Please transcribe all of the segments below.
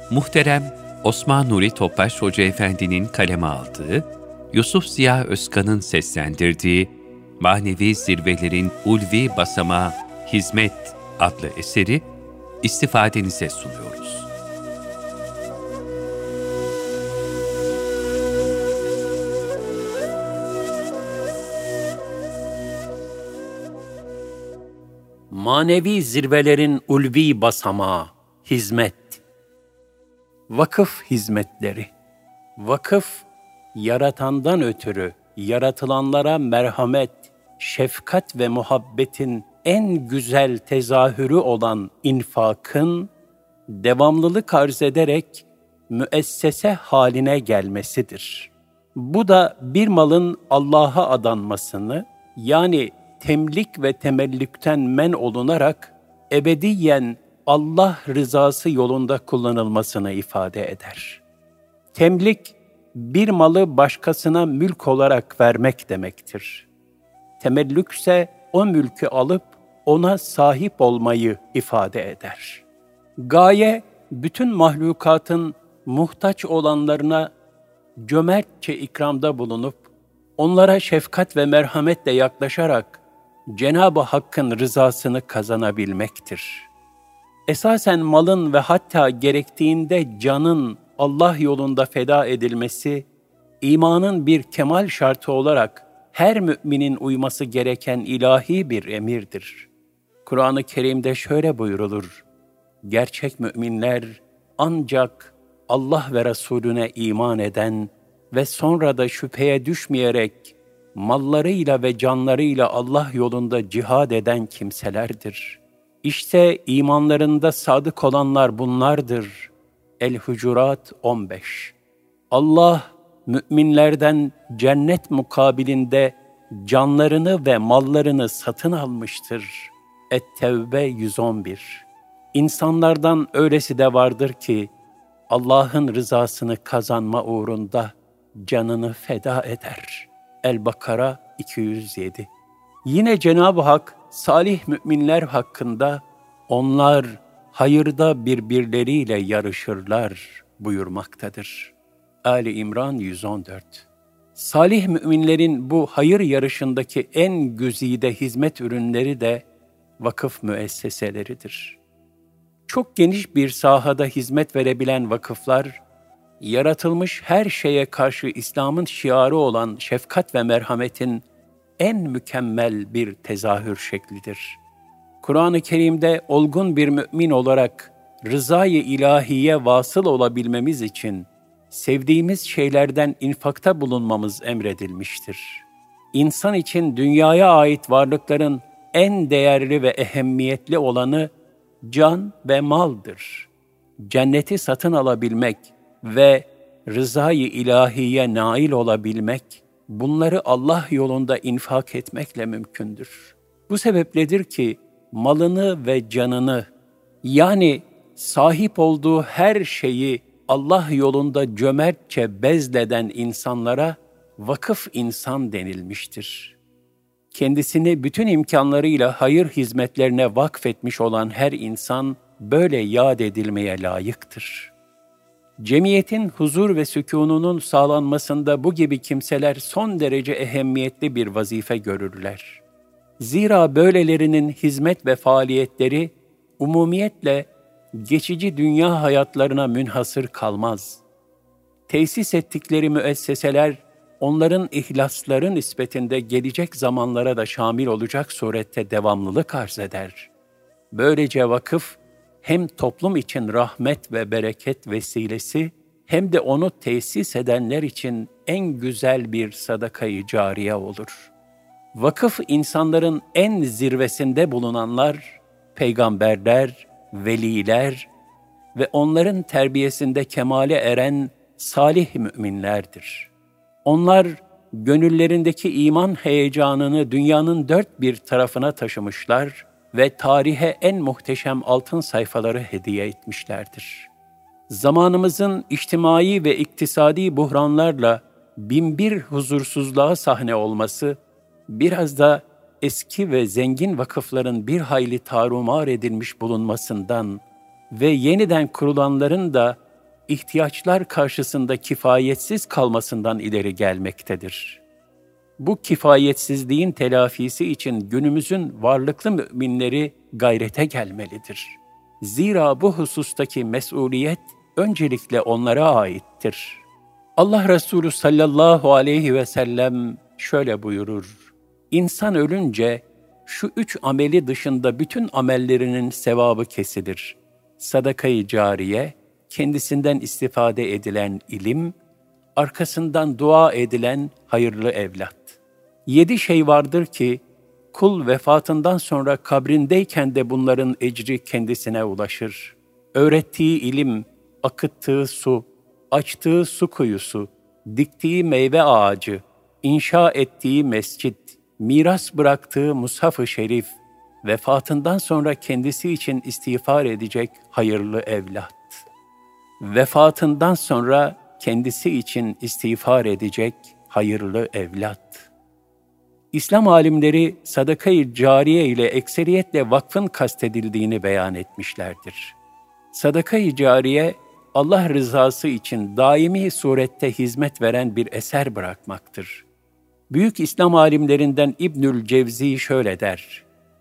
Muhterem Osman Nuri Topbaş Hoca Efendi'nin kaleme aldığı, Yusuf Ziya Özkan'ın seslendirdiği Manevi Zirvelerin Ulvi Basamağı Hizmet adlı eseri istifadenize sunuyoruz. Manevi zirvelerin ulvi basamağı, hizmet. Vakıf hizmetleri. Vakıf, yaratandan ötürü yaratılanlara merhamet, şefkat ve muhabbetin en güzel tezahürü olan infakın, devamlılık arz ederek müessese haline gelmesidir. Bu da bir malın Allah'a adanmasını, yani temlik ve temellükten men olunarak ebediyen Allah rızası yolunda kullanılmasını ifade eder. Temlik, bir malı başkasına mülk olarak vermek demektir. Temellük ise o mülkü alıp ona sahip olmayı ifade eder. Gaye, bütün mahlukatın muhtaç olanlarına cömertçe ikramda bulunup, onlara şefkat ve merhametle yaklaşarak Cenab-ı Hakk'ın rızasını kazanabilmektir. Esasen malın ve hatta gerektiğinde canın Allah yolunda feda edilmesi, imanın bir kemal şartı olarak her müminin uyması gereken ilahi bir emirdir. Kur'an-ı Kerim'de şöyle buyrulur: gerçek müminler ancak Allah ve Resulüne iman eden ve sonra da şüpheye düşmeyerek mallarıyla ve canlarıyla Allah yolunda cihad eden kimselerdir. İşte imanlarında sadık olanlar bunlardır. El-Hucurat 15. Allah, müminlerden cennet mukabilinde canlarını ve mallarını satın almıştır. Et-Tevbe 111. İnsanlardan öylesi de vardır ki, Allah'ın rızasını kazanma uğrunda canını feda eder. El-Bakara 207. Yine Cenab-ı Hak, salih müminler hakkında, onlar hayırda birbirleriyle yarışırlar buyurmaktadır. Ali İmran 114. Salih müminlerin bu hayır yarışındaki en güzide hizmet ürünleri de vakıf müesseseleridir. Çok geniş bir sahada hizmet verebilen vakıflar, yaratılmış her şeye karşı İslam'ın şiarı olan şefkat ve merhametin en mükemmel bir tezahür şeklidir. Kur'an-ı Kerim'de olgun bir mümin olarak rızayı ilahiye vasıl olabilmemiz için sevdiğimiz şeylerden infakta bulunmamız emredilmiştir. İnsan için dünyaya ait varlıkların en değerli ve ehemmiyetli olanı can ve maldır. Cenneti satın alabilmek ve rızayı ilahiye nail olabilmek, bunları Allah yolunda infak etmekle mümkündür. Bu sebepledir ki malını ve canını, yani sahip olduğu her şeyi Allah yolunda cömertçe bezleden insanlara vakıf insan denilmiştir. Kendisini bütün imkanlarıyla hayır hizmetlerine vakfetmiş olan her insan böyle yad edilmeye layıktır. Cemiyetin huzur ve sükûnunun sağlanmasında bu gibi kimseler son derece ehemmiyetli bir vazife görürler. Zira böylelerinin hizmet ve faaliyetleri umumiyetle geçici dünya hayatlarına münhasır kalmaz. Tesis ettikleri müesseseler, onların ihlasları nispetinde gelecek zamanlara da şamil olacak surette devamlılık arz eder. Böylece vakıf, hem toplum için rahmet ve bereket vesilesi, hem de onu tesis edenler için en güzel bir sadaka-i cariye olur. Vakıf insanların en zirvesinde bulunanlar, peygamberler, veliler ve onların terbiyesinde kemale eren salih müminlerdir. Onlar, gönüllerindeki iman heyecanını dünyanın dört bir tarafına taşımışlar ve tarihe en muhteşem altın sayfaları hediye etmişlerdir. Zamanımızın içtimai ve iktisadi buhranlarla binbir huzursuzluğa sahne olması, biraz da eski ve zengin vakıfların bir hayli tarumar edilmiş bulunmasından ve yeniden kurulanların da ihtiyaçlar karşısında kifayetsiz kalmasından ileri gelmektedir. Bu kifayetsizliğin telafisi için günümüzün varlıklı müminleri gayrete gelmelidir. Zira bu husustaki mesuliyet öncelikle onlara aittir. Allah Resulü sallallahu aleyhi ve sellem şöyle buyurur: İnsan ölünce şu 3 ameli dışında bütün amellerinin sevabı kesilir. Sadaka-i cariye, kendisinden istifade edilen ilim, arkasından dua edilen hayırlı evlat. 7 şey vardır ki, kul vefatından sonra kabrindeyken de bunların ecri kendisine ulaşır. Öğrettiği ilim, akıttığı su, açtığı su kuyusu, diktiği meyve ağacı, inşa ettiği mescit, miras bıraktığı mushaf-ı şerif, vefatından sonra kendisi için istiğfar edecek hayırlı evlat. Vefatından sonra kendisi için istiğfar edecek hayırlı evlat. İslam alimleri sadaka-i cariye ile ekseriyetle vakfın kastedildiğini beyan etmişlerdir. Sadaka-i cariye, Allah rızası için daimi surette hizmet veren bir eser bırakmaktır. Büyük İslam alimlerinden İbnül Cevzi şöyle der: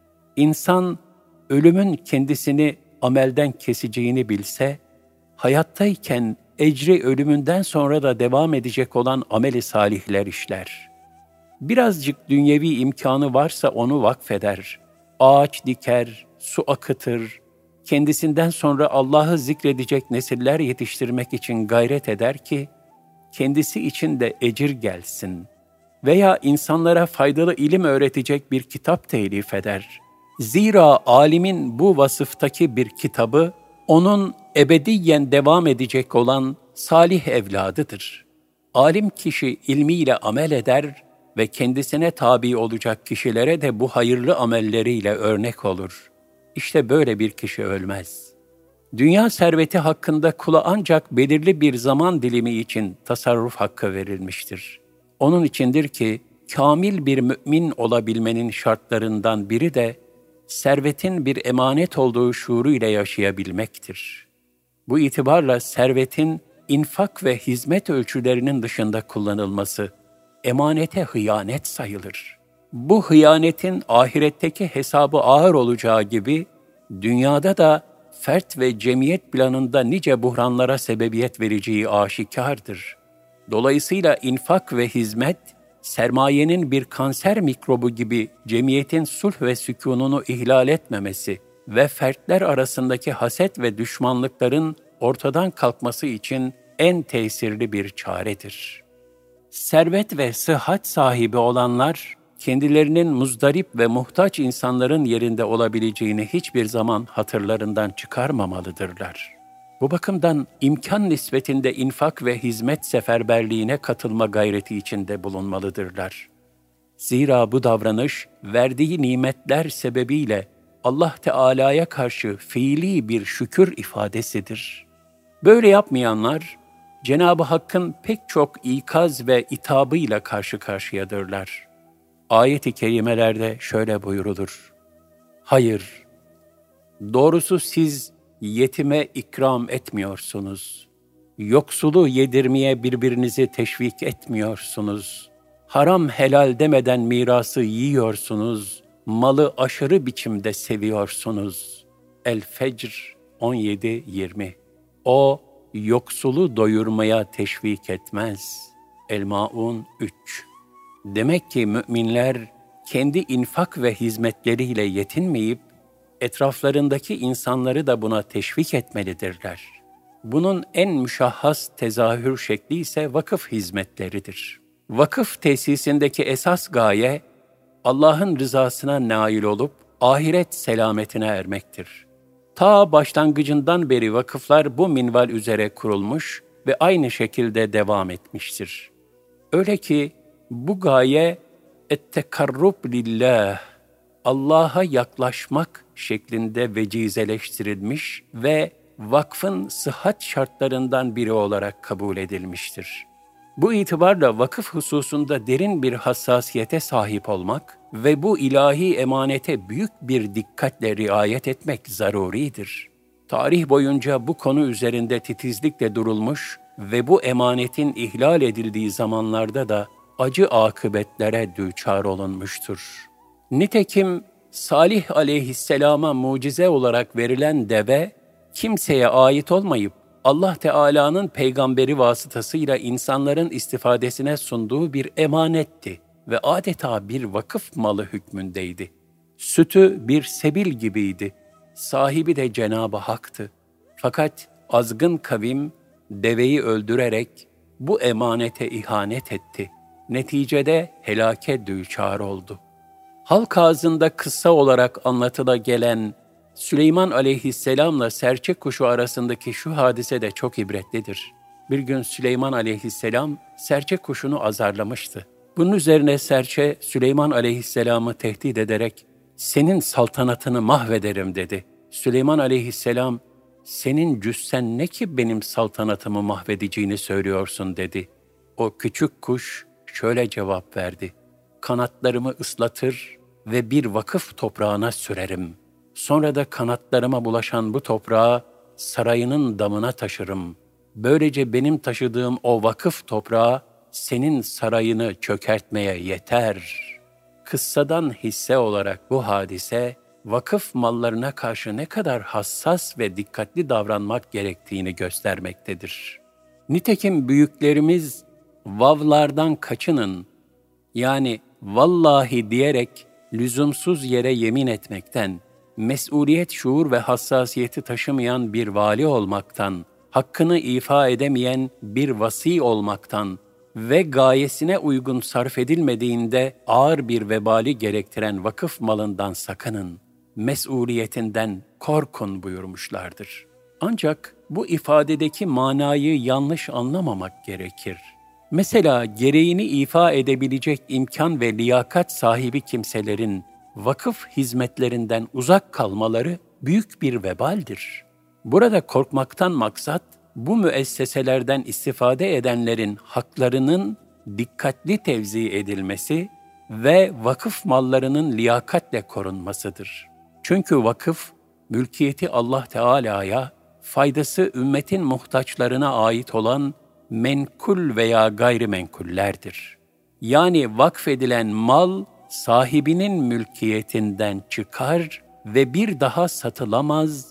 İnsan, ölümün kendisini amelden keseceğini bilse, hayattayken ecri ölümünden sonra da devam edecek olan amel-i salihler işler. Birazcık dünyevi imkanı varsa onu vakfeder, ağaç diker, su akıtır, kendisinden sonra Allah'ı zikredecek nesiller yetiştirmek için gayret eder ki, kendisi için de ecir gelsin. Veya insanlara faydalı ilim öğretecek bir kitap telif eder. Zira alimin bu vasıftaki bir kitabı, onun ebediyen devam edecek olan salih evladıdır. Alim kişi ilmiyle amel eder ve kendisine tabi olacak kişilere de bu hayırlı amelleriyle örnek olur. İşte böyle bir kişi ölmez. Dünya serveti hakkında kula ancak belirli bir zaman dilimi için tasarruf hakkı verilmiştir. Onun içindir ki, kamil bir mümin olabilmenin şartlarından biri de, servetin bir emanet olduğu şuuruyla yaşayabilmektir. Bu itibarla servetin infak ve hizmet ölçülerinin dışında kullanılması, emanete hıyanet sayılır. Bu hıyanetin ahiretteki hesabı ağır olacağı gibi, dünyada da fert ve cemiyet planında nice buhranlara sebebiyet vereceği aşikardır. Dolayısıyla infak ve hizmet, sermayenin bir kanser mikrobu gibi cemiyetin sulh ve sükûnunu ihlal etmemesi ve fertler arasındaki haset ve düşmanlıkların ortadan kalkması için en tesirli bir çaredir. Servet ve sıhhat sahibi olanlar, kendilerinin muzdarip ve muhtaç insanların yerinde olabileceğini hiçbir zaman hatırlarından çıkarmamalıdırlar. Bu bakımdan imkan nispetinde infak ve hizmet seferberliğine katılma gayreti içinde bulunmalıdırlar. Zira bu davranış, verdiği nimetler sebebiyle Allah Teala'ya karşı fiili bir şükür ifadesidir. Böyle yapmayanlar, Cenab-ı Hakk'ın pek çok ikaz ve itabıyla karşı karşıyadırlar. Ayet-i kerimelerde şöyle buyurulur: Hayır, doğrusu siz yetime ikram etmiyorsunuz. Yoksulu yedirmeye birbirinizi teşvik etmiyorsunuz. Haram helal demeden mirası yiyorsunuz. Malı aşırı biçimde seviyorsunuz. El-Fecr 17-20. O, yoksulu doyurmaya teşvik etmez. El-Maun 3. Demek ki müminler kendi infak ve hizmetleriyle yetinmeyip, etraflarındaki insanları da buna teşvik etmelidirler. Bunun en müşahhas tezahür şekli ise vakıf hizmetleridir. Vakıf tesisindeki esas gaye, Allah'ın rızasına nail olup ahiret selametine ermektir. Ta başlangıcından beri vakıflar bu minval üzere kurulmuş ve aynı şekilde devam etmiştir. Öyle ki bu gaye et-tekarrub lillah, Allah'a yaklaşmak şeklinde vecizeleştirilmiş ve vakfın sıhhat şartlarından biri olarak kabul edilmiştir. Bu itibarla vakıf hususunda derin bir hassasiyete sahip olmak ve bu ilahi emanete büyük bir dikkatle riayet etmek zaruridir. Tarih boyunca bu konu üzerinde titizlikle durulmuş ve bu emanetin ihlal edildiği zamanlarda da acı akıbetlere düçar olunmuştur. Nitekim Salih aleyhisselama mucize olarak verilen deve, kimseye ait olmayıp Allah Teala'nın peygamberi vasıtasıyla insanların istifadesine sunduğu bir emanetti ve adeta bir vakıf malı hükmündeydi. Sütü bir sebil gibiydi. Sahibi de Cenab-ı Hak'tı. Fakat azgın kavim deveyi öldürerek bu emanete ihanet etti. Neticede helake düçar oldu. Halk ağzında kıssa olarak anlatıla gelen Süleyman aleyhisselamla serçe kuşu arasındaki şu hadise de çok ibretlidir. Bir gün Süleyman aleyhisselam serçe kuşunu azarlamıştı. Bunun üzerine serçe Süleyman aleyhisselamı tehdit ederek "Senin saltanatını mahvederim" dedi. Süleyman aleyhisselam, "Senin cüssen ne ki benim saltanatımı mahvedeceğini söylüyorsun" dedi. O küçük kuş şöyle cevap verdi: "Kanatlarımı ıslatır ve bir vakıf toprağına sürerim. Sonra da kanatlarıma bulaşan bu toprağı sarayının damına taşırım. Böylece benim taşıdığım o vakıf toprağı senin sarayını çökertmeye yeter." Kıssadan hisse olarak bu hadise, vakıf mallarına karşı ne kadar hassas ve dikkatli davranmak gerektiğini göstermektedir. Nitekim büyüklerimiz, "Vavlardan kaçının", yani vallahi diyerek lüzumsuz yere yemin etmekten, mesuliyet şuur ve hassasiyeti taşımayan bir vali olmaktan, hakkını ifa edemeyen bir vasi olmaktan ve gayesine uygun sarf edilmediğinde ağır bir vebali gerektiren vakıf malından sakının, mesuliyetinden korkun buyurmuşlardır. Ancak bu ifadedeki manayı yanlış anlamamak gerekir. Mesela gereğini ifa edebilecek imkan ve liyakat sahibi kimselerin vakıf hizmetlerinden uzak kalmaları büyük bir vebaldir. Burada korkmaktan maksat, bu müesseselerden istifade edenlerin haklarının dikkatli tevzi edilmesi ve vakıf mallarının liyakatle korunmasıdır. Çünkü vakıf, mülkiyeti Allah Teala'ya, faydası ümmetin muhtaçlarına ait olan menkul veya gayrimenkullerdir. Yani vakfedilen mal, sahibinin mülkiyetinden çıkar ve bir daha satılamaz,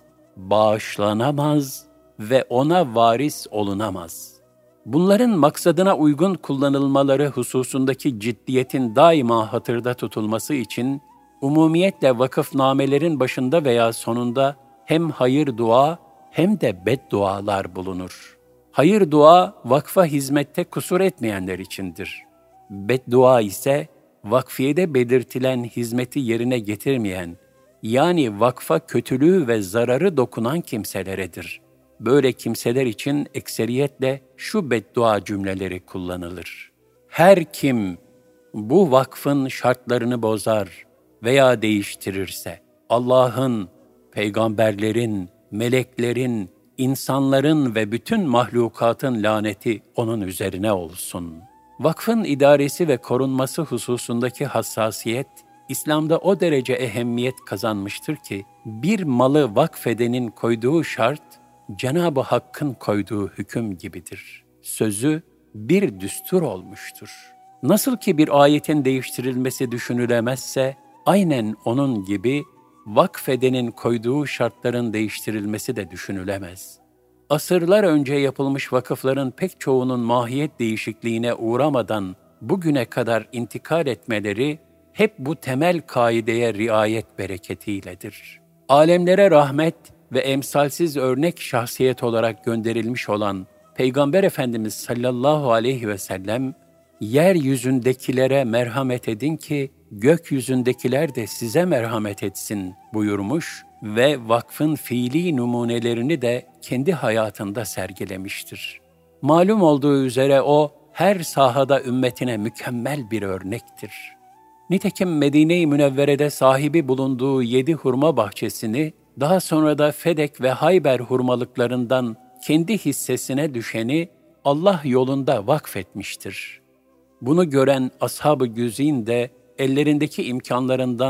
bağışlanamaz ve ona varis olunamaz. Bunların maksadına uygun kullanılmaları hususundaki ciddiyetin daima hatırda tutulması için, umumiyetle vakıfnamelerin başında veya sonunda hem hayır dua hem de beddualar bulunur. Hayır dua, vakfa hizmette kusur etmeyenler içindir. Beddua ise, vakfiyede belirtilen hizmeti yerine getirmeyen, yani vakfa kötülüğü ve zararı dokunan kimseleredir. Böyle kimseler için ekseriyetle şu beddua cümleleri kullanılır: "Her kim bu vakfın şartlarını bozar veya değiştirirse, Allah'ın, peygamberlerin, meleklerin, insanların ve bütün mahlukatın laneti onun üzerine olsun." Vakfın idaresi ve korunması hususundaki hassasiyet, İslam'da o derece ehemmiyet kazanmıştır ki, bir malı vakfedenin koyduğu şart, Cenab-ı Hakk'ın koyduğu hüküm gibidir. Sözü bir düstur olmuştur. Nasıl ki bir ayetin değiştirilmesi düşünülemezse, aynen onun gibi vakfedenin koyduğu şartların değiştirilmesi de düşünülemez. Asırlar önce yapılmış vakıfların pek çoğunun mahiyet değişikliğine uğramadan bugüne kadar intikal etmeleri hep bu temel kaideye riayet bereketiyledir. Alemlere rahmet ve emsalsiz örnek şahsiyet olarak gönderilmiş olan Peygamber Efendimiz sallallahu aleyhi ve sellem, "Yeryüzündekilere merhamet edin ki gökyüzündekiler de size merhamet etsin" buyurmuş ve vakfın fiili numunelerini de kendi hayatında sergilemiştir. Malum olduğu üzere o, her sahada ümmetine mükemmel bir örnektir. Nitekim Medine-i Münevvere'de sahibi bulunduğu 7 hurma bahçesini, daha sonra da Fedek ve Hayber hurmalıklarından kendi hissesine düşeni Allah yolunda vakfetmiştir. Bunu gören Ashab-ı Güzin de ellerindeki imkanlarından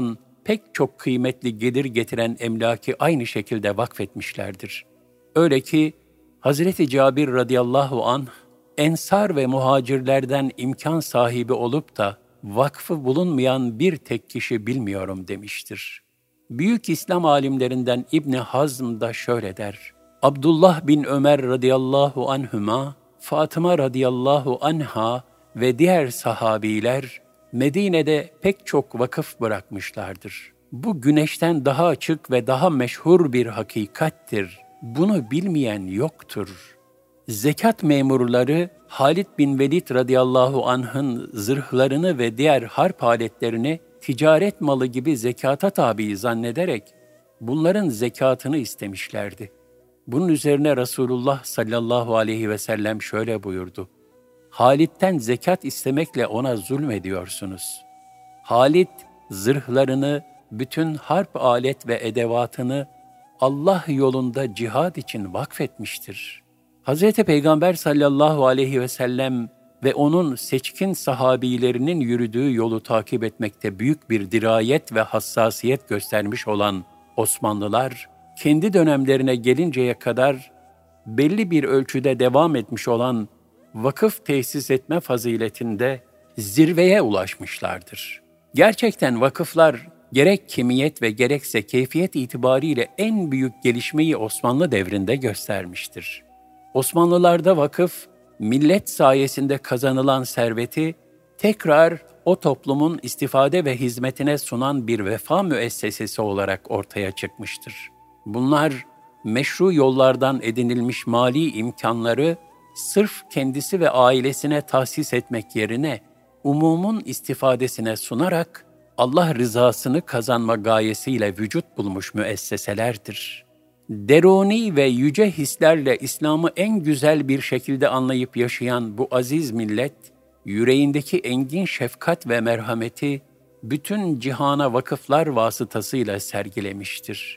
pek çok kıymetli gelir getiren emlaki aynı şekilde vakfetmişlerdir. Öyle ki Hazreti Cabir radıyallahu anh, ensar ve muhacirlerden imkan sahibi olup da vakfı bulunmayan bir tek kişi bilmiyorum demiştir. Büyük İslam alimlerinden İbni Hazm da şöyle der: Abdullah bin Ömer radıyallahu anhüma, Fatıma radıyallahu anha ve diğer sahabiler Medine'de pek çok vakıf bırakmışlardır. Bu güneşten daha açık ve daha meşhur bir hakikattir. Bunu bilmeyen yoktur. Zekat memurları Halid bin Velid radıyallahu anh'ın zırhlarını ve diğer harp aletlerini ticaret malı gibi zekata tabi zannederek bunların zekatını istemişlerdi. Bunun üzerine Resulullah sallallahu aleyhi ve sellem şöyle buyurdu: Halid'den zekat istemekle ona zulmediyorsunuz. Halid zırhlarını, bütün harp alet ve edevatını Allah yolunda cihad için vakfetmiştir. Hz. Peygamber sallallahu aleyhi ve sellem ve onun seçkin sahabilerinin yürüdüğü yolu takip etmekte büyük bir dirayet ve hassasiyet göstermiş olan Osmanlılar, kendi dönemlerine gelinceye kadar belli bir ölçüde devam etmiş olan vakıf tesis etme faziletinde zirveye ulaşmışlardır. Gerçekten vakıflar gerek kimiyet ve gerekse keyfiyet itibariyle en büyük gelişmeyi Osmanlı devrinde göstermiştir. Osmanlılarda vakıf, millet sayesinde kazanılan serveti tekrar o toplumun istifade ve hizmetine sunan bir vefa müessesesi olarak ortaya çıkmıştır. Bunlar, meşru yollardan edinilmiş mali imkanları sırf kendisi ve ailesine tahsis etmek yerine umumun istifadesine sunarak Allah rızasını kazanma gayesiyle vücut bulmuş müesseselerdir. Deruni ve yüce hislerle İslam'ı en güzel bir şekilde anlayıp yaşayan bu aziz millet, yüreğindeki engin şefkat ve merhameti bütün cihana vakıflar vasıtasıyla sergilemiştir.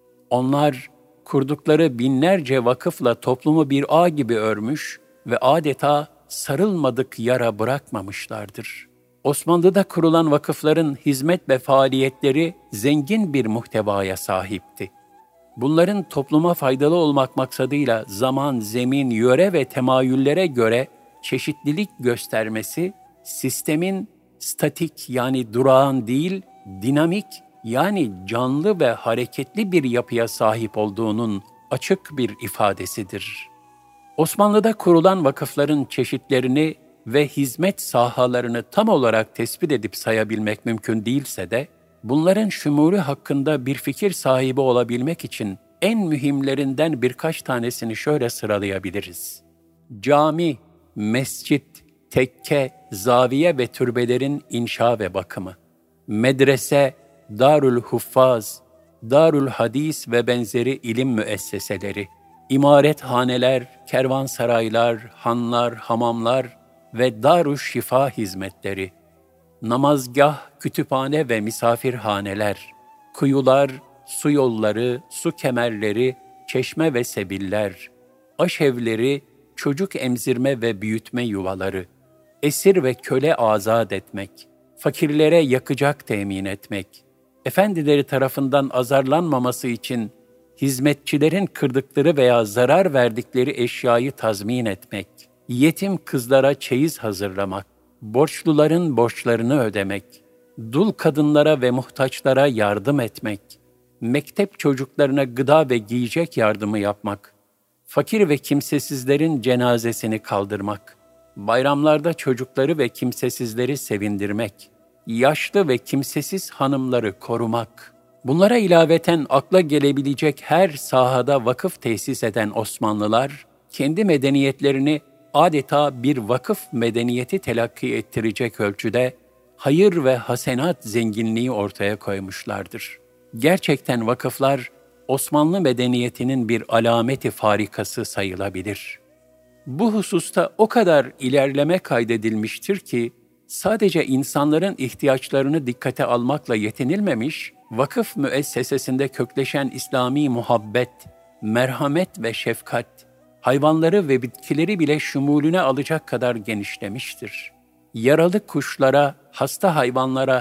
Onlar, kurdukları binlerce vakıfla toplumu bir ağ gibi örmüş ve adeta sarılmadık yara bırakmamışlardır. Osmanlı'da kurulan vakıfların hizmet ve faaliyetleri zengin bir muhtevaya sahipti. Bunların topluma faydalı olmak maksadıyla zaman, zemin, yöre ve temayüllere göre çeşitlilik göstermesi, sistemin statik yani durağan değil, dinamik yani canlı ve hareketli bir yapıya sahip olduğunun açık bir ifadesidir. Osmanlı'da kurulan vakıfların çeşitlerini ve hizmet sahalarını tam olarak tespit edip sayabilmek mümkün değilse de, bunların şumuru hakkında bir fikir sahibi olabilmek için en mühimlerinden birkaç tanesini şöyle sıralayabiliriz. Cami, mescit, tekke, zaviye ve türbelerin inşa ve bakımı, medrese, darül huffaz, darül hadis ve benzeri ilim müesseseleri, imarethaneler, kervansaraylar, hanlar, hamamlar ve darüş şifa hizmetleri, namazgah, kütüphane ve misafirhaneler, kuyular, su yolları, su kemerleri, çeşme ve sebiller, aşevleri, çocuk emzirme ve büyütme yuvaları, esir ve köle azat etmek, fakirlere yakacak temin etmek, efendileri tarafından azarlanmaması için hizmetçilerin kırdıkları veya zarar verdikleri eşyayı tazmin etmek, yetim kızlara çeyiz hazırlamak, borçluların borçlarını ödemek, dul kadınlara ve muhtaçlara yardım etmek, mektep çocuklarına gıda ve giyecek yardımı yapmak, fakir ve kimsesizlerin cenazesini kaldırmak, bayramlarda çocukları ve kimsesizleri sevindirmek, yaşlı ve kimsesiz hanımları korumak. Bunlara ilaveten akla gelebilecek her sahada vakıf tesis eden Osmanlılar, kendi medeniyetlerini adeta bir vakıf medeniyeti telakki ettirecek ölçüde hayır ve hasenat zenginliği ortaya koymuşlardır. Gerçekten vakıflar, Osmanlı medeniyetinin bir alameti farikası sayılabilir. Bu hususta o kadar ilerleme kaydedilmiştir ki, sadece insanların ihtiyaçlarını dikkate almakla yetinilmemiş, vakıf müessesesinde kökleşen İslami muhabbet, merhamet ve şefkat, hayvanları ve bitkileri bile şumulüne alacak kadar genişlemiştir. Yaralı kuşlara, hasta hayvanlara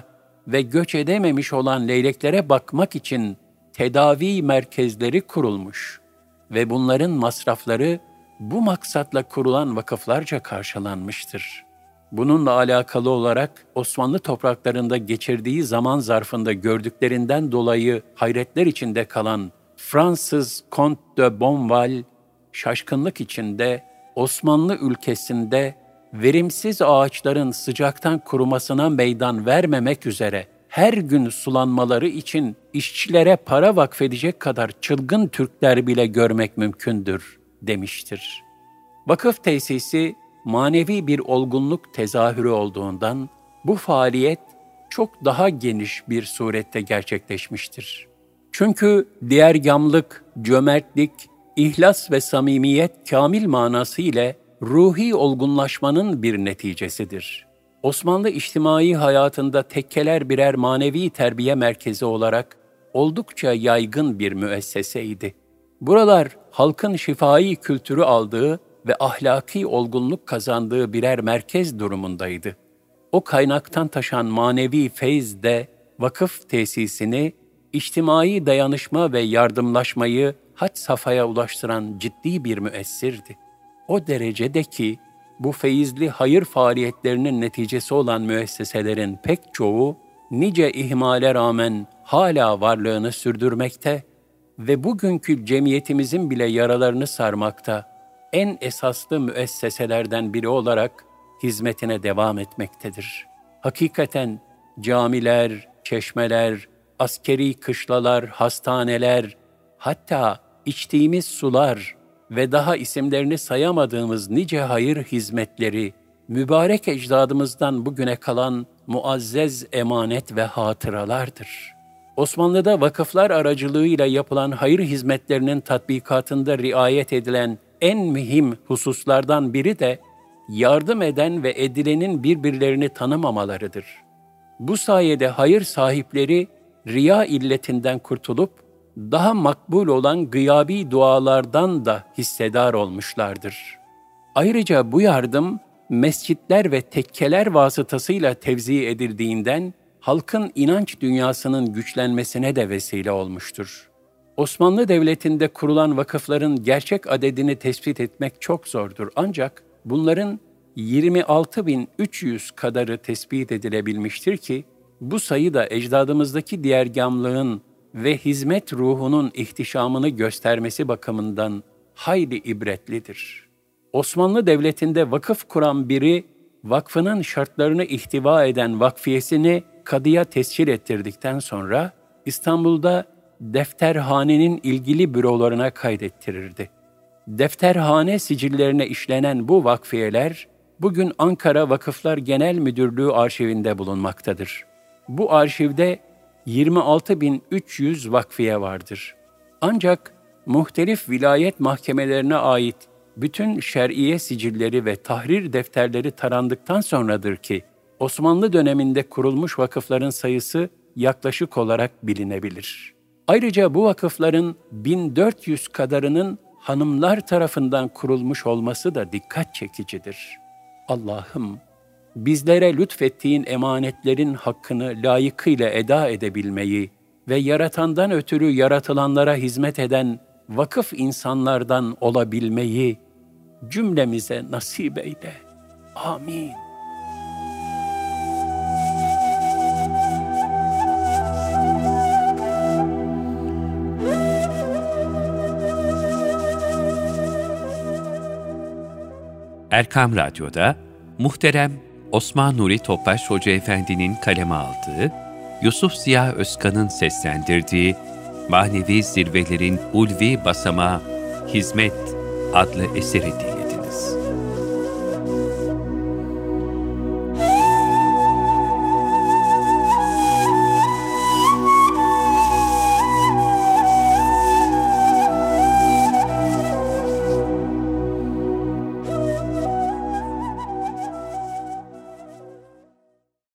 ve göç edememiş olan leyleklere bakmak için tedavi merkezleri kurulmuş ve bunların masrafları bu maksatla kurulan vakıflarca karşılanmıştır. Bununla alakalı olarak Osmanlı topraklarında geçirdiği zaman zarfında gördüklerinden dolayı hayretler içinde kalan Fransız Comte de Bonval, şaşkınlık içinde Osmanlı ülkesinde verimsiz ağaçların sıcaktan kurumasına meydan vermemek üzere her gün sulanmaları için işçilere para vakfedecek kadar çılgın Türkler bile görmek mümkündür demiştir. Vakıf tesisi manevi bir olgunluk tezahürü olduğundan bu faaliyet çok daha geniş bir surette gerçekleşmiştir. Çünkü diğergamlık, cömertlik, ihlas ve samimiyet kamil manası ile ruhi olgunlaşmanın bir neticesidir. Osmanlı içtimai hayatında tekkeler birer manevi terbiye merkezi olarak oldukça yaygın bir müesseseydi. Buralar halkın şifai kültürü aldığı ve ahlaki olgunluk kazandığı birer merkez durumundaydı. O kaynaktan taşan manevi feyz de vakıf tesisini, içtimai dayanışma ve yardımlaşmayı had safhaya ulaştıran ciddi bir müessirdi. O derecede ki bu feyizli hayır faaliyetlerinin neticesi olan müesseselerin pek çoğu nice ihmale rağmen hala varlığını sürdürmekte ve bugünkü cemiyetimizin bile yaralarını sarmakta, en esaslı müesseselerden biri olarak hizmetine devam etmektedir. Hakikaten camiler, çeşmeler, askeri kışlalar, hastaneler, hatta içtiğimiz sular ve daha isimlerini sayamadığımız nice hayır hizmetleri, mübarek ecdadımızdan bugüne kalan muazzez emanet ve hatıralardır. Osmanlı'da vakıflar aracılığıyla yapılan hayır hizmetlerinin tatbikatında riayet edilen en mühim hususlardan biri de yardım eden ve edilenin birbirlerini tanımamalarıdır. Bu sayede hayır sahipleri riya illetinden kurtulup daha makbul olan gıyabi dualardan da hissedar olmuşlardır. Ayrıca bu yardım mescitler ve tekkeler vasıtasıyla tevzi edildiğinden halkın inanç dünyasının güçlenmesine de vesile olmuştur. Osmanlı Devleti'nde kurulan vakıfların gerçek adedini tespit etmek çok zordur. Ancak bunların 26.300 kadarı tespit edilebilmiştir ki, bu sayı da ecdadımızdaki diğergamlığın ve hizmet ruhunun ihtişamını göstermesi bakımından hayli ibretlidir. Osmanlı Devleti'nde vakıf kuran biri, vakfının şartlarını ihtiva eden vakfiyesini kadıya tescil ettirdikten sonra İstanbul'da defterhanenin ilgili bürolarına kaydettirirdi. Defterhane sicillerine işlenen bu vakfiyeler, bugün Ankara Vakıflar Genel Müdürlüğü arşivinde bulunmaktadır. Bu arşivde 26.300 vakfiye vardır. Ancak muhtelif vilayet mahkemelerine ait bütün şer'iye sicilleri ve tahrir defterleri tarandıktan sonradır ki, Osmanlı döneminde kurulmuş vakıfların sayısı yaklaşık olarak bilinebilir. Ayrıca bu vakıfların 1400 kadarının hanımlar tarafından kurulmuş olması da dikkat çekicidir. Allah'ım, bizlere lütfettiğin emanetlerin hakkını layıkıyla eda edebilmeyi ve yaratandan ötürü yaratılanlara hizmet eden vakıf insanlardan olabilmeyi cümlemize nasip eyle. Amin. Erkam Radyo'da muhterem Osman Nuri Topbaş Hoca Efendi'nin kaleme aldığı, Yusuf Ziya Özkan'ın seslendirdiği Manevi Zirvelerin Ulvi Basamağı Hizmet adlı eseri dinledik.